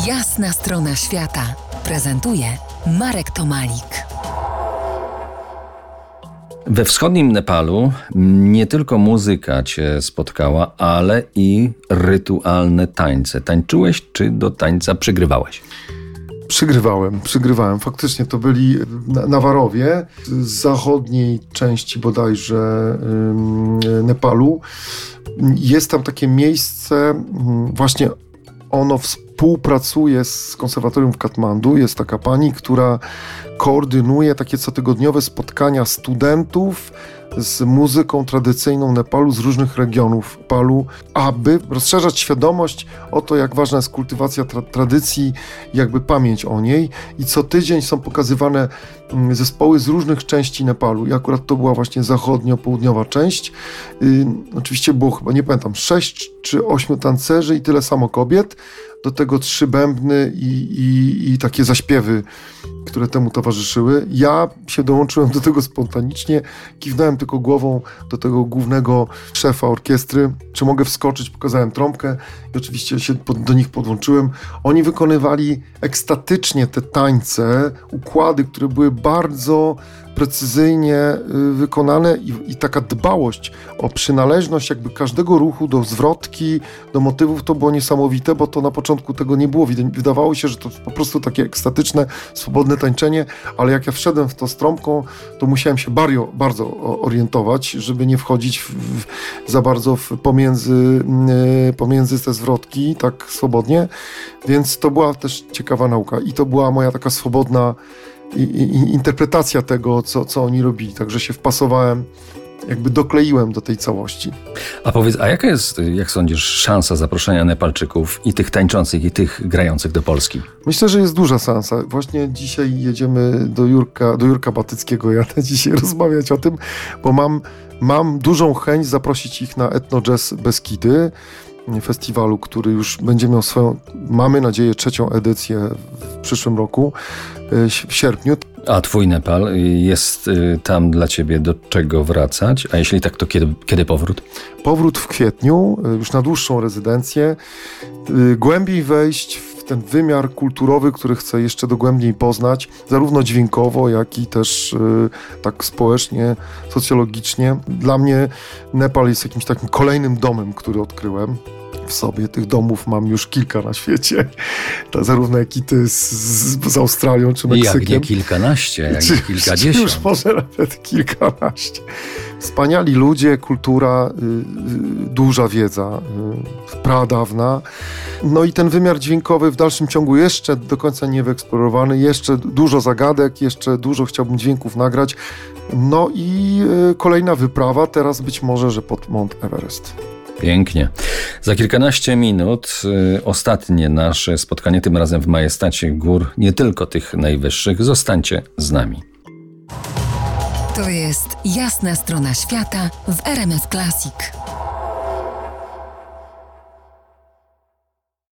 Jasna strona świata prezentuje Marek Tomalik. We wschodnim Nepalu nie tylko muzyka cię spotkała, ale i rytualne tańce. Tańczyłeś czy do tańca przygrywałeś? Przygrywałem. Faktycznie to byli Nawarowie z zachodniej części bodajże Nepalu. Jest tam takie miejsce, właśnie ono współpracuje z konserwatorium w Katmandu. Jest taka pani, która koordynuje takie cotygodniowe spotkania studentów z muzyką tradycyjną Nepalu z różnych regionów Nepalu, aby rozszerzać świadomość o to, jak ważna jest kultywacja tradycji, jakby pamięć o niej. I co tydzień są pokazywane zespoły z różnych części Nepalu. I akurat to była właśnie zachodnio-południowa część. Oczywiście było chyba, nie pamiętam, 6 czy 8 tancerzy i tyle samo kobiet. Do tego 3 bębny i takie zaśpiewy, które temu towarzyszyły. Ja się dołączyłem do tego spontanicznie, kiwnąłem tylko głową do tego głównego szefa orkiestry, czy mogę wskoczyć, pokazałem trąbkę i oczywiście się do nich podłączyłem. Oni wykonywali ekstatycznie te tańce, układy, które były bardzo precyzyjnie wykonane i taka dbałość o przynależność jakby każdego ruchu do zwrotki, do motywów, to było niesamowite, bo to na początku tego nie było. Wydawało się, że to po prostu takie ekstatyczne, swobodne tańczenie, ale jak ja wszedłem w to z trąbką, to musiałem się bardzo orientować, żeby nie wchodzić za bardzo pomiędzy te zwrotki tak swobodnie, więc to była też ciekawa nauka i to była moja taka swobodna interpretacja tego, co oni robili. Także się wpasowałem, jakby dokleiłem do tej całości. A powiedz, a jaka jest, jak sądzisz, szansa zaproszenia Nepalczyków i tych tańczących, i tych grających do Polski? Myślę, że jest duża szansa. Właśnie dzisiaj jedziemy do Jurka Batyckiego. Jadę dzisiaj rozmawiać o tym, bo mam dużą chęć zaprosić ich na Etno Jazz Beskidy, festiwalu, który już będzie miał swoją, mamy nadzieję, 3. edycję w przyszłym roku, w sierpniu. A twój Nepal, jest tam dla ciebie do czego wracać? A jeśli tak, to kiedy powrót? Powrót w kwietniu, już na dłuższą rezydencję. Głębiej wejść w ten wymiar kulturowy, który chcę jeszcze dogłębniej poznać, zarówno dźwiękowo, jak i też tak społecznie, socjologicznie. Dla mnie Nepal jest jakimś takim kolejnym domem, który odkryłem w sobie. Tych domów mam już kilka na świecie. Zarówno jak i ty z Australią czy Meksykiem. Jak nie kilkanaście, jak nie kilkadziesiąt. Już może nawet kilkanaście. Wspaniali ludzie, kultura, duża wiedza, pradawna. No i ten wymiar dźwiękowy w dalszym ciągu jeszcze do końca nie wyeksplorowany. Jeszcze dużo zagadek, jeszcze dużo chciałbym dźwięków nagrać. No i kolejna wyprawa, teraz być może, że pod Mount Everest. Pięknie. Za kilkanaście minut ostatnie nasze spotkanie, tym razem w majestacie gór, nie tylko tych najwyższych. Zostańcie z nami. To jest Jasna strona świata w RMF Classic.